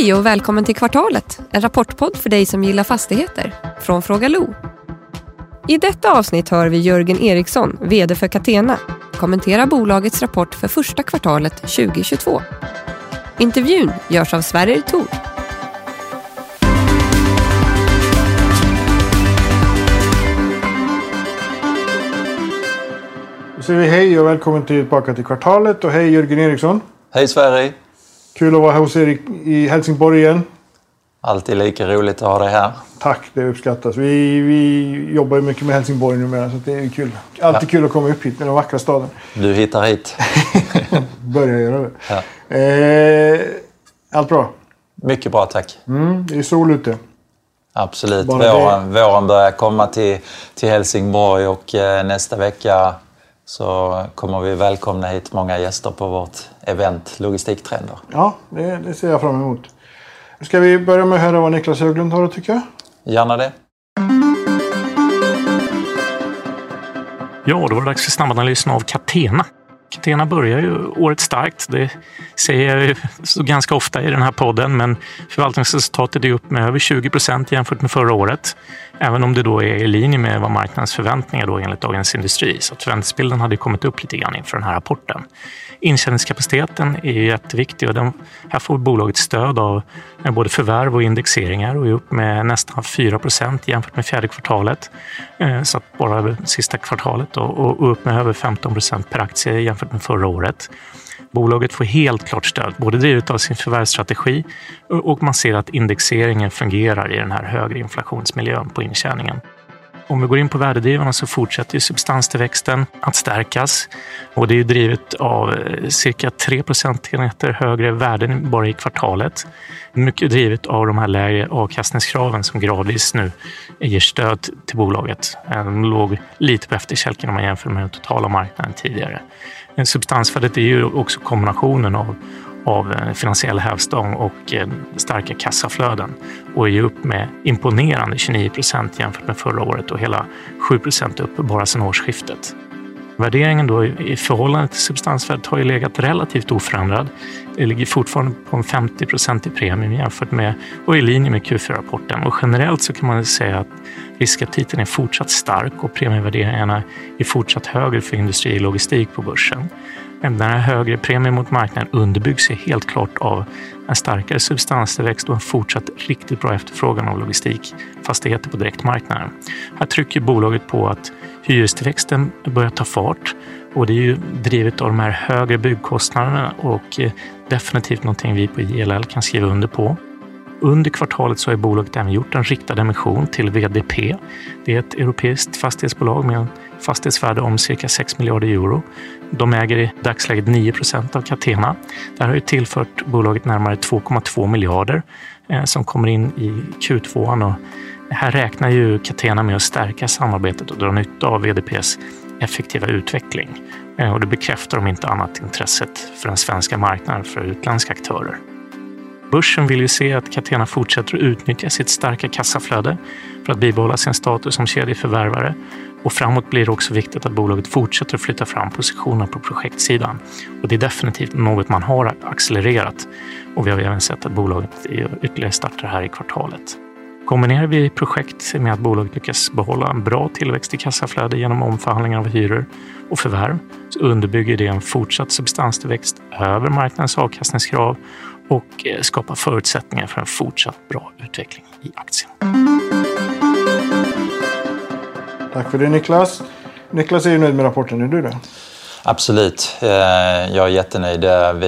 Hej och välkommen till Kvartalet, en rapportpodd för dig som gillar fastigheter, från Fråga Lo. I detta avsnitt hör vi Jörgen Eriksson, vd för Catena, kommentera bolagets rapport för första kvartalet 2022. Intervjun görs av Sverrir Thor. Då säger vi hej och välkommen tillbaka till Kvartalet och hej Jörgen Eriksson. Hej Sverrir. Kul att vara hos er i Helsingborg igen. Alltid lika roligt att ha dig här. Tack, det uppskattas. Vi jobbar ju mycket med Helsingborg numera så det är kul. Alltid kul att komma upp hit med den vackra staden. Du hittar hit. Börjar göra det. Ja. Allt bra? Mycket bra, tack. Det är sol ute. Absolut. Våren börjar komma till Helsingborg och nästa vecka så kommer vi välkomna hit många gäster på vårt event Logistiktrender. Ja, det ser jag fram emot. Ska vi börja med att höra vad Niklas Höglund har att tycka? Gärna det. Ja, då var det dags för snabbanalysen av Catena. Catena börjar ju året starkt. Det säger jag ju så ganska ofta i den här podden, men förvaltningsresultatet är upp med över 20% jämfört med förra året. Även om det då är i linje med vad marknadens förväntningar då enligt Dagens Industri. Så att förväntningsbilden hade kommit upp lite grann inför den här rapporten. Intjäningskapaciteten är ju jätteviktig och här får bolaget stöd av både förvärv och indexeringar och är upp med nästan 4% jämfört med fjärde kvartalet. Så att bara över sista kvartalet och upp med över 15% per aktie jämfört med förra året. Bolaget får helt klart stöd, både drivet av sin förvärvsstrategi och man ser att indexeringen fungerar i den här högre inflationsmiljön på intjäningen. Om vi går in på värdedrivarna så fortsätter ju substanstillväxten att stärkas och det är ju drivet av cirka 3 procentenheter högre värden bara i kvartalet. Mycket drivet av de här lägre avkastningskraven som gradvis nu ger stöd till bolaget. De låg lite på efterkälken om man jämför med den totala marknaden tidigare. Substansvärdet är ju också kombinationen av finansiell hävstång och starka kassaflöden och är ju upp med imponerande 29% jämfört med förra året och hela 7% upp bara sedan årsskiftet. Värderingen då i förhållande till substansvärdet har ju legat relativt oförändrad. Det ligger fortfarande på en 50% i premium jämfört med och i linje med Q4-rapporten. Och generellt så kan man säga att riskaptiten är fortsatt stark och premievärderingarna är fortsatt högre för industri och logistik på börsen. Den här högre premien mot marknaden underbyggs helt klart av en starkare substanstillväxt och en fortsatt riktigt bra efterfrågan av logistikfastigheter på direktmarknaden. Här trycker bolaget på att hyrestillväxten börjar ta fart och det är ju drivet av de här högre byggkostnaderna och definitivt någonting vi på JLL kan skriva under på. Under kvartalet så har bolaget även gjort en riktad emission till VDP. Det är ett europeiskt fastighetsbolag med en fastighetsvärde om cirka 6 miljarder euro. De äger i dagsläget 9% av Catena. Där har ju tillfört bolaget närmare 2,2 miljarder som kommer in i Q2. Och här räknar ju Catena med att stärka samarbetet och dra nytta av VDPs effektiva utveckling. Och det bekräftar om inte annat intresset för den svenska marknaden för utländska aktörer. Börsen vill ju se att Catena fortsätter att utnyttja sitt starka kassaflöde för att bibehålla sin status som kedjeförvärvare. Och framåt blir det också viktigt att bolaget fortsätter att flytta fram positionerna på projektsidan. Och det är definitivt något man har accelererat. Och vi har även sett att bolaget ytterligare startar här i kvartalet. Kombinerar vi projekt med att bolaget lyckas behålla en bra tillväxt i kassaflöde genom omförhandlingar av hyror och förvärv så underbygger det en fortsatt substanstillväxt över marknadens avkastningskrav och skapar förutsättningar för en fortsatt bra utveckling i aktien. Tack för det Niklas. Niklas är ju nöjd med rapporten, är du det? Absolut, jag är jättenöjd.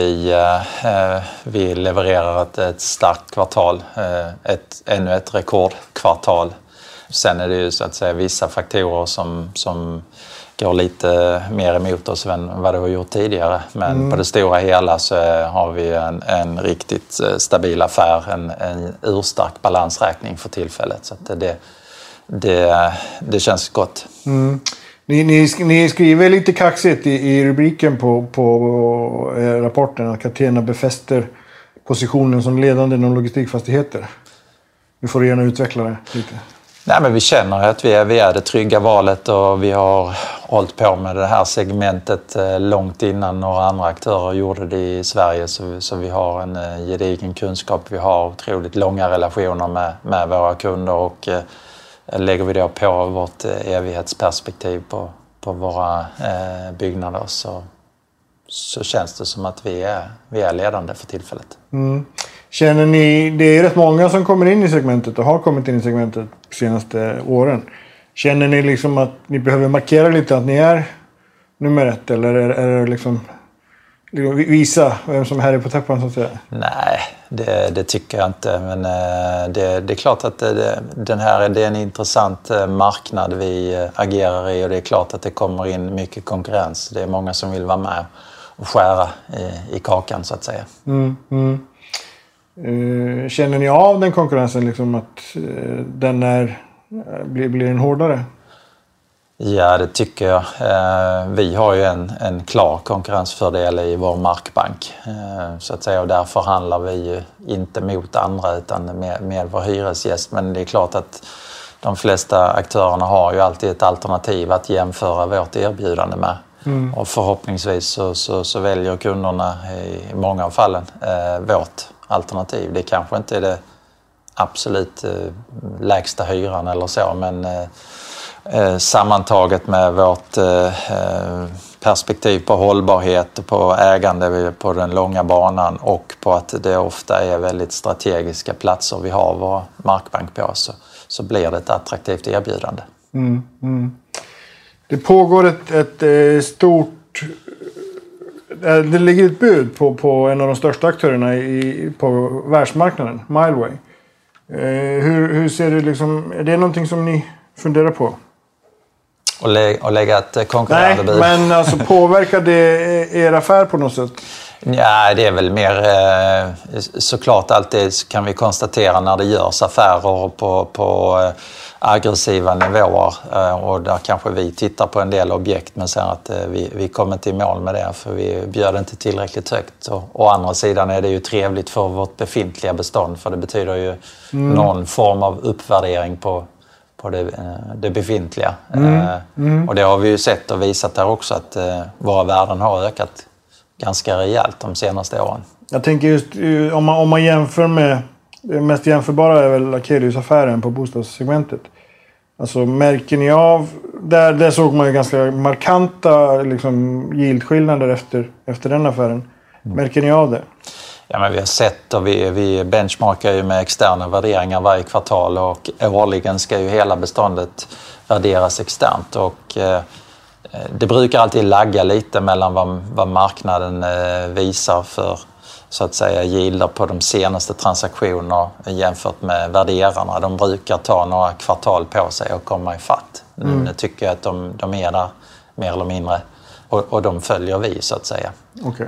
Vi levererar ett starkt kvartal, ännu ett rekordkvartal. Sen är det ju så att säga vissa faktorer som går lite mer emot oss än vad det har gjort tidigare. Men på det stora hela så har vi en riktigt stabil affär, en urstark balansräkning för tillfället. Så att det känns gott. Ni skriver lite kaxigt i rubriken på rapporten att Catena befäster positionen som ledande inom logistikfastigheter. Du får gärna utveckla det lite. Nej, men vi känner att vi är det trygga valet och vi har hållit på med det här segmentet långt innan några andra aktörer gjorde det i Sverige. Så vi har en gedigen kunskap. Vi har otroligt långa relationer med våra kunder och lägger vi då på vårt evighetsperspektiv på våra byggnader så känns det som att vi är ledande för tillfället. Mm. Känner ni, det är rätt många som kommer in i segmentet och har kommit in i segmentet de senaste åren. Känner ni liksom att ni behöver markera lite att ni är nummer 1 eller är det liksom visa vem som är här på täppan så att säga? Nej, det tycker jag inte. Men det är klart att det är en intressant marknad vi agerar i och det är klart att det kommer in mycket konkurrens. Det är många som vill vara med och skära i kakan så att säga. Känner ni av den konkurrensen liksom att den blir den hårdare? Ja, det tycker jag. Vi har ju en klar konkurrensfördel i vår markbank. Så att säga, och där förhandlar vi ju inte mot andra utan med vår hyresgäst. Men det är klart att de flesta aktörerna har ju alltid ett alternativ att jämföra vårt erbjudande med. Och förhoppningsvis så väljer kunderna i många av fallen vårt alternativ. Det kanske inte är det absolut lägsta hyran eller så, men sammantaget med vårt perspektiv på hållbarhet och på ägande på den långa banan och på att det ofta är väldigt strategiska platser vi har vår markbank på så blir det ett attraktivt erbjudande. Det pågår ett stort... Det ligger ett bud på en av de största aktörerna på världsmarknaden, Mileway. Hur ser det liksom... Är det någonting som ni funderar på? Och lägga ett konkurrerande bud? Nej, men alltså påverkar det er affär på något sätt? Ja, det är väl mer såklart alltid kan vi konstatera när det görs affärer på aggressiva nivåer och där kanske vi tittar på en del objekt men sen att vi kommer inte i mål med det för vi bjöd inte tillräckligt högt. Och å andra sidan är det ju trevligt för vårt befintliga bestånd för det betyder ju någon form av uppvärdering på det befintliga. Och det har vi ju sett och visat där också att våra värden har ökat ganska rejält de senaste åren. Jag tänker just om man jämför med det mest jämförbara är väl Akelius-affären på bostadssegmentet. Alltså märker ni av där såg man ju ganska markanta liksom yieldskillnader efter den affären. Märker ni av det? Ja, men vi har sett och vi benchmarkar ju med externa värderingar varje kvartal och årligen ska ju hela beståndet värderas externt och det brukar alltid lagga lite mellan vad marknaden visar för så att säga yielder på de senaste transaktionerna jämfört med värderarna. De brukar ta några kvartal på sig och komma i fatt. Nu tycker jag att de är där mer eller mindre och de följer vi så att säga. Okej.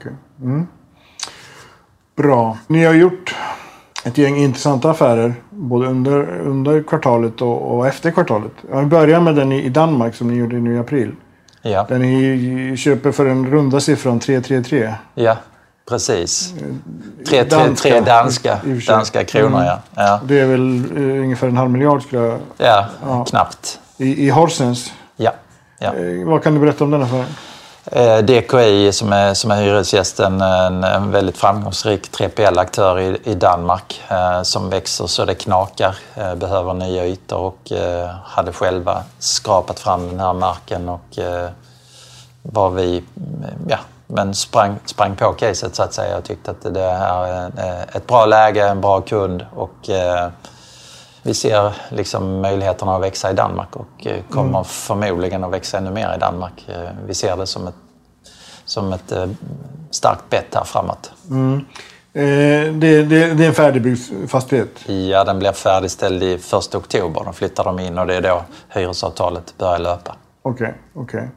Bra. Ni har gjort ett gäng intressanta affärer både under kvartalet och efter kvartalet. Jag börjar med den i Danmark som ni gjorde nu i april. Ja. Den ni köper för en runda siffran 333. Ja, precis. 3 danska kronor, ja. Det är väl ungefär 500 miljoner skulle jag... Ja, knappt. I Horsens? Ja. Vad kan du berätta om den affären? DKI som är hyresgästen, en väldigt framgångsrik 3PL-aktör i Danmark som växer så det knakar, behöver nya ytor och hade själva skrapat fram den här marken och var vi men sprang på caset så att säga och tyckte att det här är ett bra läge, en bra kund och vi ser liksom möjligheterna att växa i Danmark och kommer förmodligen att växa ännu mer i Danmark. Vi ser det som ett starkt bett här framåt. Det är en färdigbyggd fastighet? Ja, den blir färdigställd i 1 oktober. De flyttar de in och det är då hyresavtalet börjar löpa. Okej.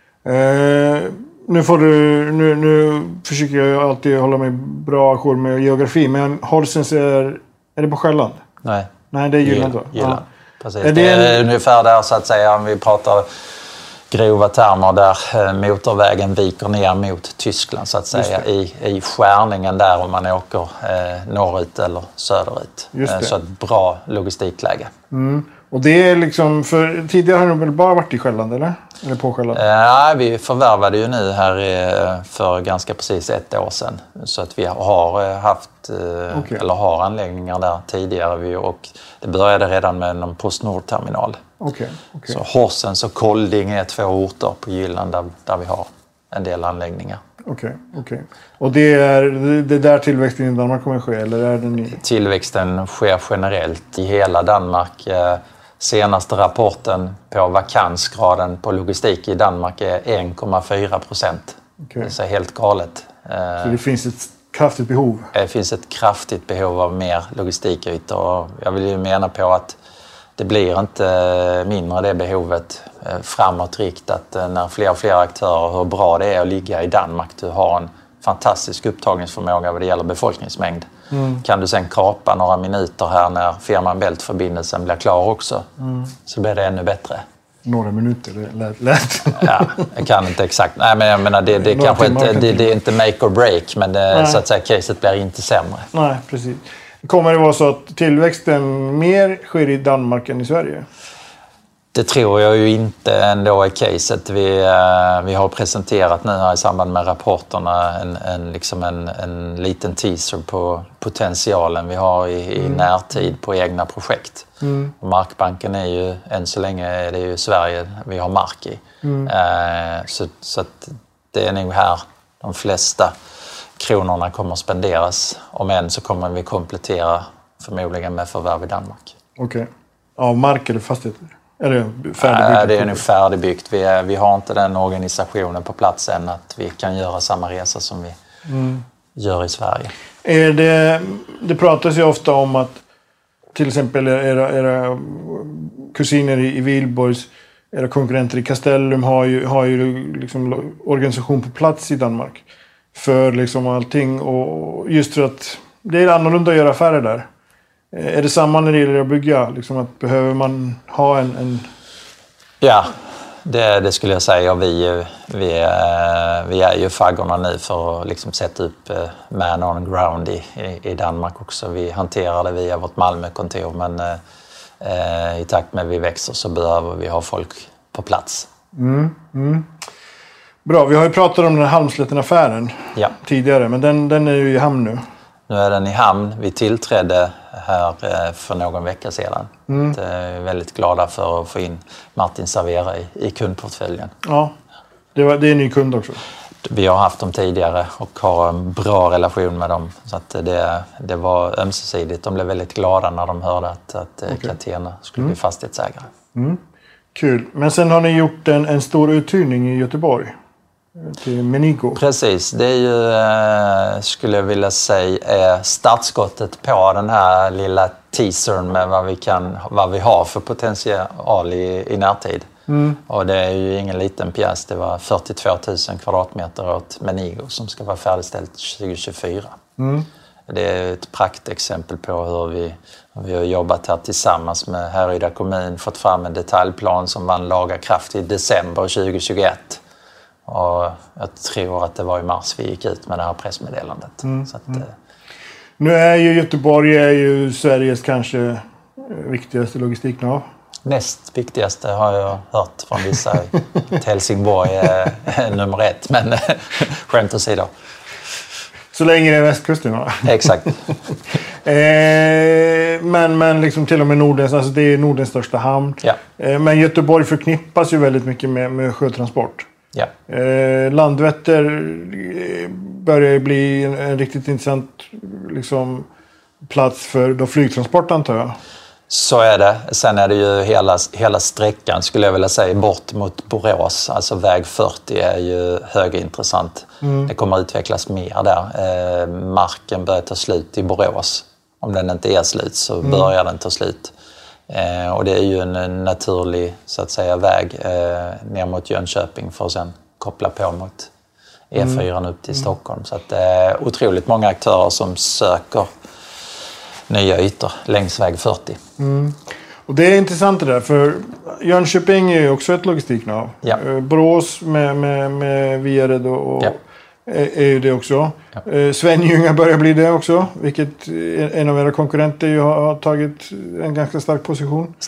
Nu försöker jag alltid hålla mig bra ajour med geografi, men Horsens är det på Själland? Nej, det är Jylland då. Jylland. Precis. Det är ungefär där så att säga om vi pratar grova termer där motorvägen viker ner mot Tyskland så att säga i skärningen där om man åker norrut eller söderut. Så ett bra logistikläge. Och det är liksom, för tidigare har du väl bara varit i Själland eller? Eller påskällat? Vi förvärvade ju nu här för ganska precis 1 år sedan. Så att vi har haft eller har anläggningar där tidigare. Och det började redan med en Postnord-terminal. Okay. Så Horsens och Kolding är 2 orter på Jylland där vi har en del anläggningar. Okej. Och det är där tillväxten i Danmark kommer att ske? Eller är den Tillväxten sker generellt i hela Danmark. Senaste rapporten på vakansgraden på logistik i Danmark är 1,4%. Det är helt galet. Så det finns ett kraftigt behov? Det finns ett kraftigt behov av mer logistikytor. Och jag vill ju mena på att det blir inte mindre det behovet framåtriktat när fler och fler aktörer, hur bra det är att ligga i Danmark. Du har en fantastisk upptagningsförmåga vad det gäller befolkningsmängd. Kan du sen kapa några minuter här när Fehmarn Bält-förbindelsen blir klar också, så blir det ännu bättre. Några minuter, det lät. Ja, jag kan inte exakt. Nej, men jag menar, det är kanske inte, det är inte make or break, men så att säga, caset blir inte sämre. Nej, precis. Kommer det vara så att tillväxten mer sker i Danmark än i Sverige? Det tror jag ju inte ändå i caset. Vi har presenterat nu här i samband med rapporterna en liten teaser på potentialen vi har i närtid på egna projekt. Och Markbanken är ju, än så länge är det ju Sverige vi har mark i. Så att det är nog här de flesta kronorna kommer att spenderas. Om än så kommer vi komplettera förmodligen med förvärv i Danmark. Okej. Av mark eller fastigheter? Är det färdigbyggt? Det är nog färdigbyggt. Vi har inte den organisationen på plats än att vi kan göra samma resa som vi gör i Sverige. Det pratas ju ofta om att till exempel era kusiner i Wihlborgs, era konkurrenter i Castellum har ju liksom organisation på plats i Danmark för liksom allting, och just för att det är annorlunda att göra affärer där. Är det samma när det gäller att bygga? Liksom att behöver man ha en... Ja, det skulle jag säga. Vi är ju faggorna nu för att liksom sätta upp man on ground i Danmark också. Vi hanterar det via vårt Malmö-kontor, men i takt med att vi växer så behöver vi ha folk på plats. Bra, vi har ju pratat om den här Halmslätten-affären tidigare, men den är ju i hamn nu. Nu är den i hamn. Vi tillträdde här för någon vecka sedan. Jag är väldigt glada för att få in Martin Servera i kundportföljen. Ja, det är en ny kund också. Vi har haft dem tidigare och har en bra relation med dem. Så att det var ömsesidigt. De blev väldigt glada när de hörde att Catena skulle bli fastighetsägare. Kul. Men sen har ni gjort en stor uthyrning i Göteborg. Till Menigo. Precis, det är ju, skulle jag vilja säga, startskottet på den här lilla teasern med vad vi har för potential i närtid. Och det är ju ingen liten pjäs, det var 42 000 kvadratmeter åt Menigo som ska vara färdigställt 2024. Det är ett praktexempel på hur vi har jobbat här tillsammans med Härryda kommun, fått fram en detaljplan som vann laga kraft i december 2021. Och jag tror att det var i mars vi gick ut med det här pressmeddelandet. Så att, nu är ju Göteborg Sveriges kanske viktigaste logistiknav. Näst viktigaste har jag hört från vissa. Helsingborg är nummer 1, men skämt åsido. Så länge det är västkusten, va? Exakt. Men liksom till och med Nordens, alltså det är Nordens största hamn. Ja. Men Göteborg förknippas ju väldigt mycket med sjötransport. Ja. Landvetter börjar ju bli en riktigt intressant liksom, plats för då flygtransport, antar jag. Så är det. Sen är det ju hela sträckan, skulle jag vilja säga, bort mot Borås. Alltså väg 40 är ju högintressant. Det kommer att utvecklas mer där. Marken börjar ta slut i Borås. Om den inte är slut så börjar den ta slut. Och det är ju en naturlig, så att säga, väg ner mot Jönköping för att sen koppla på mot E4 upp till Stockholm. Så att det är otroligt många aktörer som söker nya ytor längs väg 40. Och det är intressant det där, för Jönköping är ju också ett logistiknav. Ja. Borås med Viared och är ju det också. Ja. Svenljunga börjar bli det också, vilket en av era konkurrenter ju har tagit en ganska stark position. Stämmer.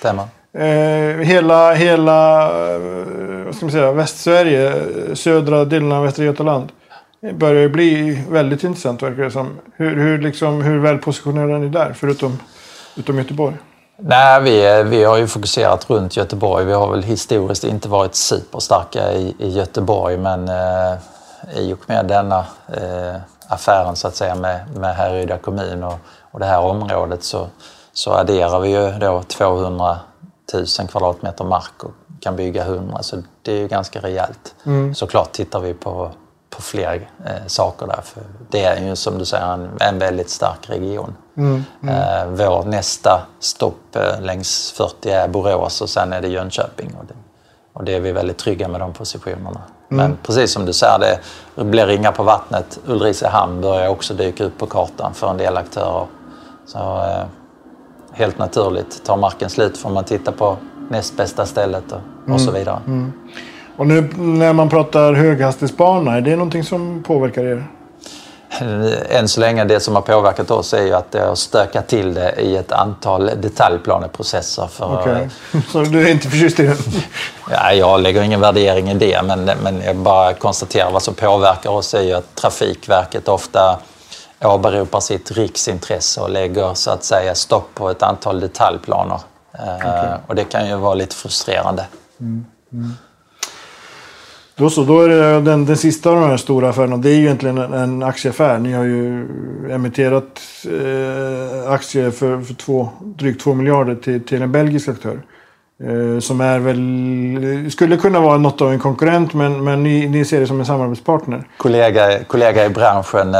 Hela vad ska man säga, Västsverige, södra delen av Västra Götaland börjar bli väldigt intressant, verkar det som. Hur väl positionerade är ni där, förutom Göteborg? Nej, vi har ju fokuserat runt Göteborg. Vi har väl historiskt inte varit superstarka i Göteborg, men i och med denna affären så att säga med Härryda kommun och det här området så adderar vi ju då 200 000 kvadratmeter mark och kan bygga 100, så det är ju ganska rejält. Såklart tittar vi på fler saker där, för det är ju som du säger en väldigt stark region. Vår nästa stopp längs 40 är Borås och sen är det Jönköping, och det är vi väldigt trygga med de positionerna. Men precis som du säger, det blir ringar på vattnet. Ulricehamn börjar också dyka upp på kartan för en del aktörer. Så helt naturligt, tar marken slut får man titta på näst bästa stället och så vidare. Och nu när man pratar höghastighetsbana, är det någonting som påverkar er? Än så länge det som har påverkat oss är ju att det har stökat till det i ett antal detaljplaneprocesser. Okej. Så du är inte förtjust i den? Ja, jag lägger ingen värdering i det, men jag bara konstaterar vad som påverkar oss är ju att Trafikverket ofta åberopar sitt riksintresse och lägger så att säga stopp på ett antal detaljplaner. Och det kan ju vara lite frustrerande. Då är det den sista av de här stora affärerna. Det är ju egentligen en aktieaffär. Ni har ju emitterat aktier för drygt 2 miljarder till en belgisk aktör. Som är väl, skulle kunna vara något av en konkurrent, men ni ser det som en samarbetspartner. Kollega i branschen,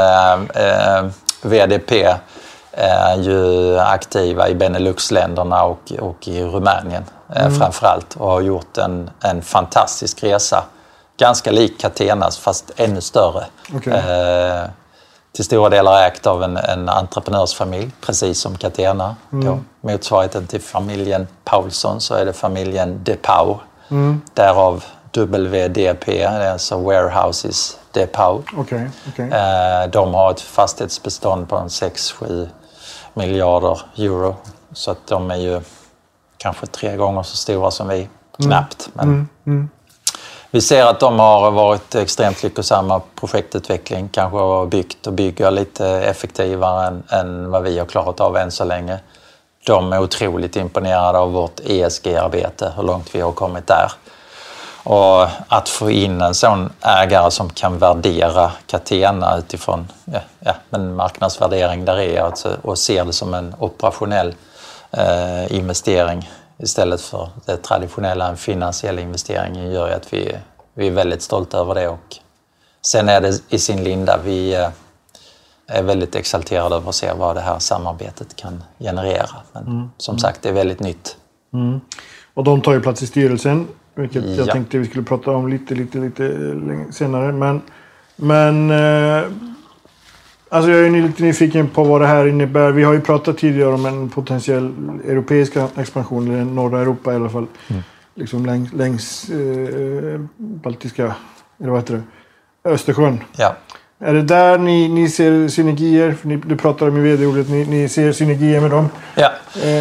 VDP, är ju aktiva i Benelux-länderna och i Rumänien framförallt, och har gjort en fantastisk resa. Ganska lik Catenas fast ännu större. Okay. Till stora delar ägt av en entreprenörsfamilj, precis som Catena. Motsvarigheten till familjen Paulsson så är det familjen DePau. Därav WDP, alltså Warehouses DePau. Okay. De har ett fastighetsbestånd på 6-7 miljarder euro. Så att de är ju kanske 3 gånger så stora som vi. Knappt. Men vi ser att de har varit extremt lyckosamma projektutveckling. Kanske har byggt och bygger lite effektivare än vad vi har klarat av än så länge. De är otroligt imponerade av vårt ESG-arbete, hur långt vi har kommit där. Och att få in en sån ägare som kan värdera Catena utifrån en marknadsvärdering där är alltså, och ser det som en operationell investering istället för det traditionella, en finansiell investering, gör ju att vi är väldigt stolta över det. Och sen är det i sin linda. Vi är väldigt exalterade över att se vad det här samarbetet kan generera. Men som sagt, det är väldigt nytt. Och de tar ju plats i styrelsen, vilket jag tänkte vi skulle prata om lite senare. Men alltså jag är lite nyfiken på vad det här innebär. Vi har ju pratat tidigare om en potentiell europeisk expansion, eller norra Europa i alla fall. Liksom längs Baltiska, eller vad heter det? Östersjön. Ja. Är det där ni ser synergier? För du pratar om i vd-ordet, ni ser synergier med dem. Ja.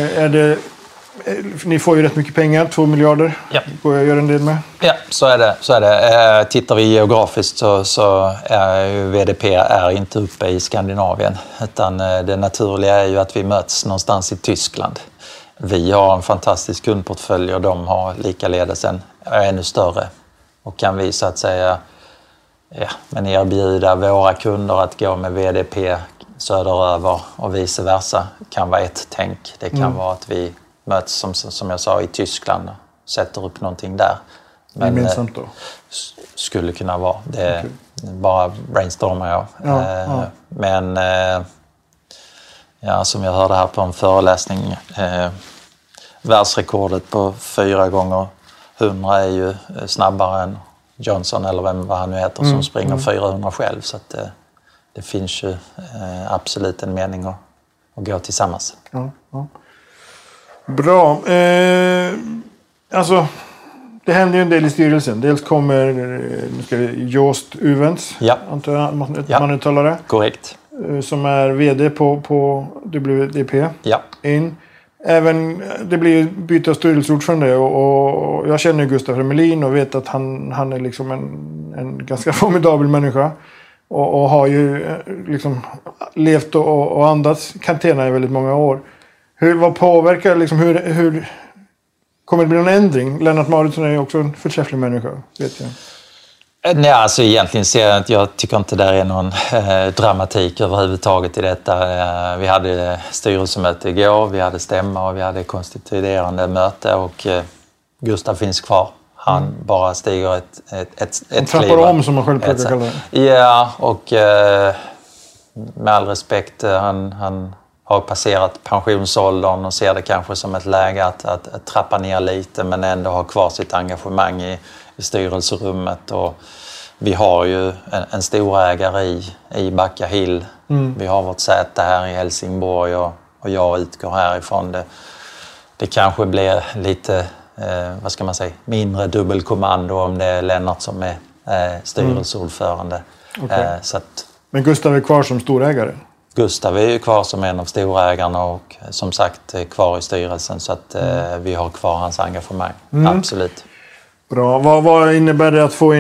Ni får ju rätt mycket pengar, 2 miljarder. Ja. Får jag göra en del med? Ja, så är det. Tittar vi geografiskt så är ju VDP inte uppe i Skandinavien. Utan det naturliga är ju att vi möts någonstans i Tyskland. Vi har en fantastisk kundportfölj och de har likaledes en ännu större. Och kan vi så att säga erbjuda våra kunder att gå med VDP söderöver och vice versa, kan vara ett tänk. Det kan vara att vi möts som jag sa i Tyskland och sätter upp någonting där. Men gemensamt då? Skulle kunna vara. Det bara brainstormar jag. Men som jag hörde här på en föreläsning, världsrekordet på 4 gånger 100 är ju snabbare än Johnson eller vad han nu heter som springer 400 själv. Så att det finns ju absolut en mening att gå tillsammans. Ja. Bra. Alltså, det händer ju en del i styrelsen. Dels kommer Joost Uvens, antar jag man uttalar det. Korrekt. Som är vd på WDP. Ja. In. även det blir byte av styrelseordförande och jag känner Gustav Fremelin och vet att han är liksom en ganska formidabel människa och har ju liksom levt och andats Catena i väldigt många år. Vad påverkar liksom, hur kommer det bli någon ändring? Lennart Mauritzson är ju också en förträfflig människa, vet jag. Nej, alltså egentligen ser jag att jag tycker inte det är någon dramatik överhuvudtaget i detta. Vi hade styrelsemöte igår, vi hade stämma och vi hade konstituerande möte och Gustav finns kvar. Han bara stiger ett trappar kliv. Om som man själv brukar kalla det. Ja, och med all respekt, han har passerat pensionsåldern och ser det kanske som ett läge att trappa ner lite men ändå ha kvar sitt engagemang i styrelserummet. Och vi har ju en storägare i Backa Hill. Vi har vårt säte här i Helsingborg och jag utgår härifrån. Det kanske blir lite, vad ska man säga, mindre dubbelkommando om det är Lennart som är styrelseordförande. Okay. Så att, men Gustav är kvar som storägare? Gustav är ju kvar som en av storägarna och som sagt kvar i styrelsen så att vi har kvar hans engagemang. Absolut. Bra. Vad innebär det att få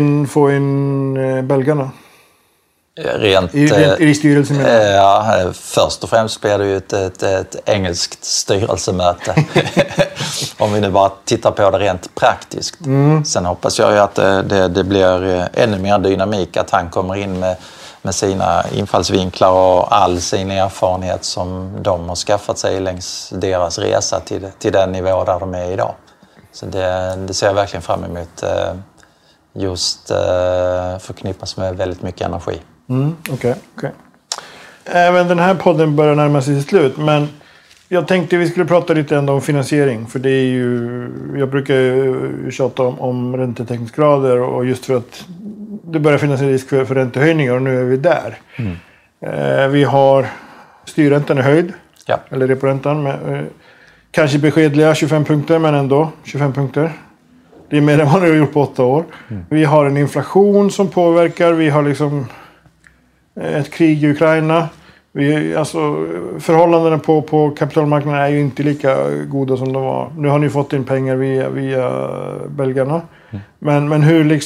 in belgarna? Rent, I styrelsen? Först och främst blir det ju ett engelskt styrelsemöte. Om vi nu bara tittar på det rent praktiskt. Sen hoppas jag ju att det blir ännu mer dynamik, att han kommer in med sina infallsvinklar och all sin erfarenhet som de har skaffat sig längs deras resa till den nivå där de är idag. Så det ser jag verkligen fram emot. Just förknippas med väldigt mycket energi. Okej. Även den här podden börjar närma sig sitt slut, men jag tänkte vi skulle prata lite ändå om finansiering, för det är ju, jag brukar ju tjata om räntetäckningsgrader och just för att det börjar finnas en risk för räntehöjningar och nu är vi där. Vi har styrräntan är höjd, eller reporäntan med kanske beskedliga 25 punkter, men ändå 25 punkter. Det är mer än vad det har gjort på 8 år. Vi har en inflation som påverkar. Vi har liksom ett krig i Ukraina. Förhållandena på kapitalmarknaden är ju inte lika goda som de var. Nu har ni fått in pengar via belgarna. Men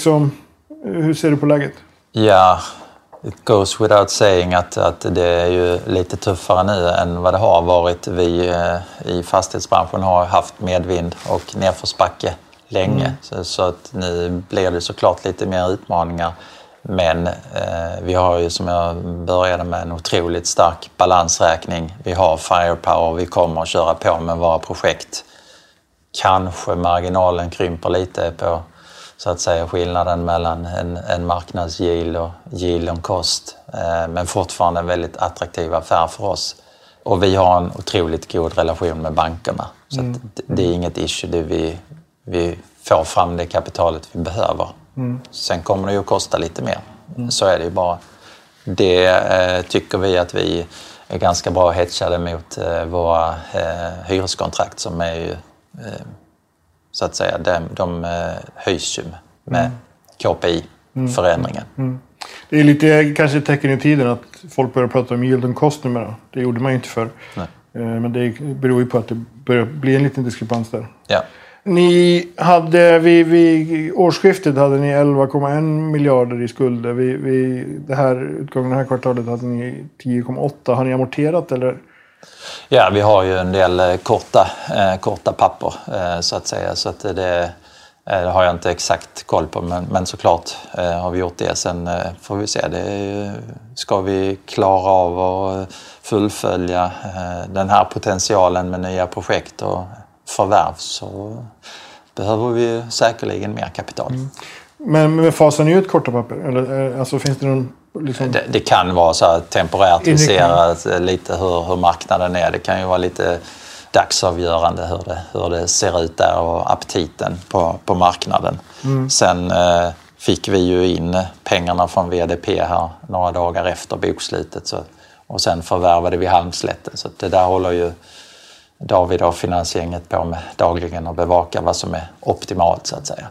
hur ser du på läget? Ja, it goes without saying att det är ju lite tuffare nu än vad det har varit. Vi i fastighetsbranschen har haft medvind och nedförsbacke länge. Så att nu blir det såklart lite mer utmaningar. Men vi har ju, som jag började med, en otroligt stark balansräkning. Vi har firepower, vi kommer att köra på med våra projekt. Kanske marginalen krymper lite på, så att säga, skillnaden mellan en marknadsyield och yield on cost. Men fortfarande en väldigt attraktiv affär för oss. Och vi har en otroligt god relation med bankerna. Så att det är inget issue. Vi får fram det kapitalet vi behöver. Sen kommer det ju att kosta lite mer. Så är det ju bara. Det tycker vi att vi är ganska bra hedgade mot våra hyreskontrakt som är ju, så att säga, de höjs ju med KPI-förändringen. Det är lite kanske ett tecken i tiden att folk börjar prata om yield on cost numera. Det gjorde man ju inte förr. Men det beror ju på att det börjar bli en liten diskrepans där. Ja. Ni hade vid årsskiftet hade ni 11,1 miljarder i skulder. Det här utgången det här kvartalet hade ni 10,8. Har ni amorterat eller? Ja, vi har ju en del korta papper så att säga. Så att det har jag inte exakt koll på, men såklart har vi gjort det. Sen får vi se. Ska vi klara av att fullfölja den här potentialen med nya projekt och förvärv, så behöver vi säkerligen mer kapital. Men fasar ni ut korta papper? Eller alltså, finns det någon liksom... det kan vara så här temporärt. Vi ser lite hur marknaden är. Det kan ju vara lite dagsavgörande hur det ser ut där och aptiten på marknaden. Sen fick vi ju in pengarna från VDP här några dagar efter bokslutet. Och sen förvärvade vi Halmslätten. Så det där håller ju David och finansieringen på med dagligen och bevaka vad som är optimalt, så att säga.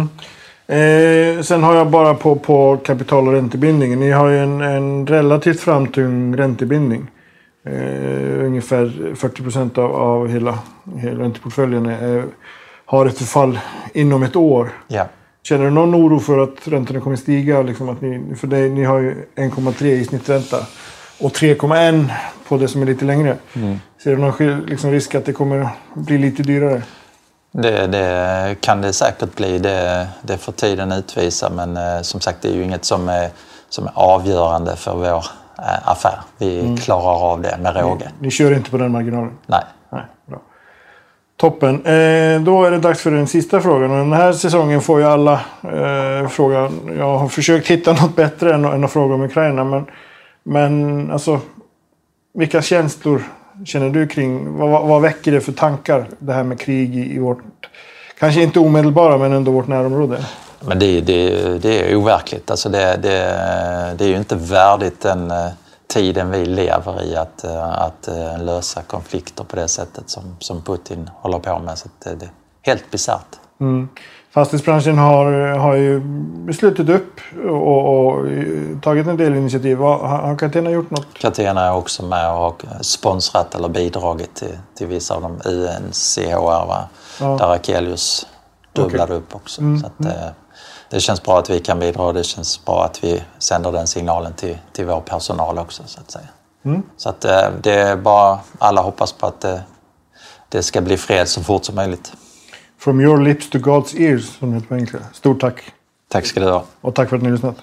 Sen har jag bara på kapital- och räntebindningen. Ni har ju en relativt framtung räntebindning. ungefär 40% av hela ränteportföljen har ett förfall inom ett år. Ja. Känner du någon oro för att räntorna kommer stiga? Liksom att ni har ju 1,3 i snittränta och 3,1 på det som är lite längre. Ser du någon liksom risk att det kommer bli lite dyrare? Det kan det säkert bli. Det får tiden utvisa. Men som sagt, det är ju inget som är avgörande för vår affär. Vi klarar av det med råge. Ni kör inte på den marginalen? Nej. Bra. Toppen. Då är det dags för den sista frågan. Och den här säsongen får ju alla frågan. Jag har försökt hitta något bättre än att fråga om Ukraina. Men alltså, vilka känslor känner du kring? Vad väcker det för tankar? Det här med krig i vårt, kanske inte omedelbara, men ändå vårt närområde. Men det är overkligt. Alltså det är ju inte värdigt den tiden vi lever i att lösa konflikter på det sättet som Putin håller på med. Så det är helt bisarrt. Fastighetsbranschen har ju beslutat upp och tagit en del initiativ. Har Catena gjort något? Catena är också med och har sponsrat eller bidragit till vissa av de UNCHR, där Akelius dubblade upp också. Så att, det känns bra att vi kan bidra, och det känns bra att vi sänder den signalen till vår personal också, så att säga. Så att det är bara, alla hoppas på att det ska bli fred så fort som möjligt. From your lips to God's ears, som det heter på engelska. Stort tack. Tack ska du ha. Och tack för att ni har lyssnat.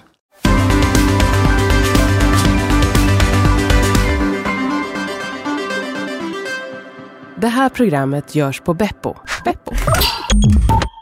Det här programmet görs på Beppo.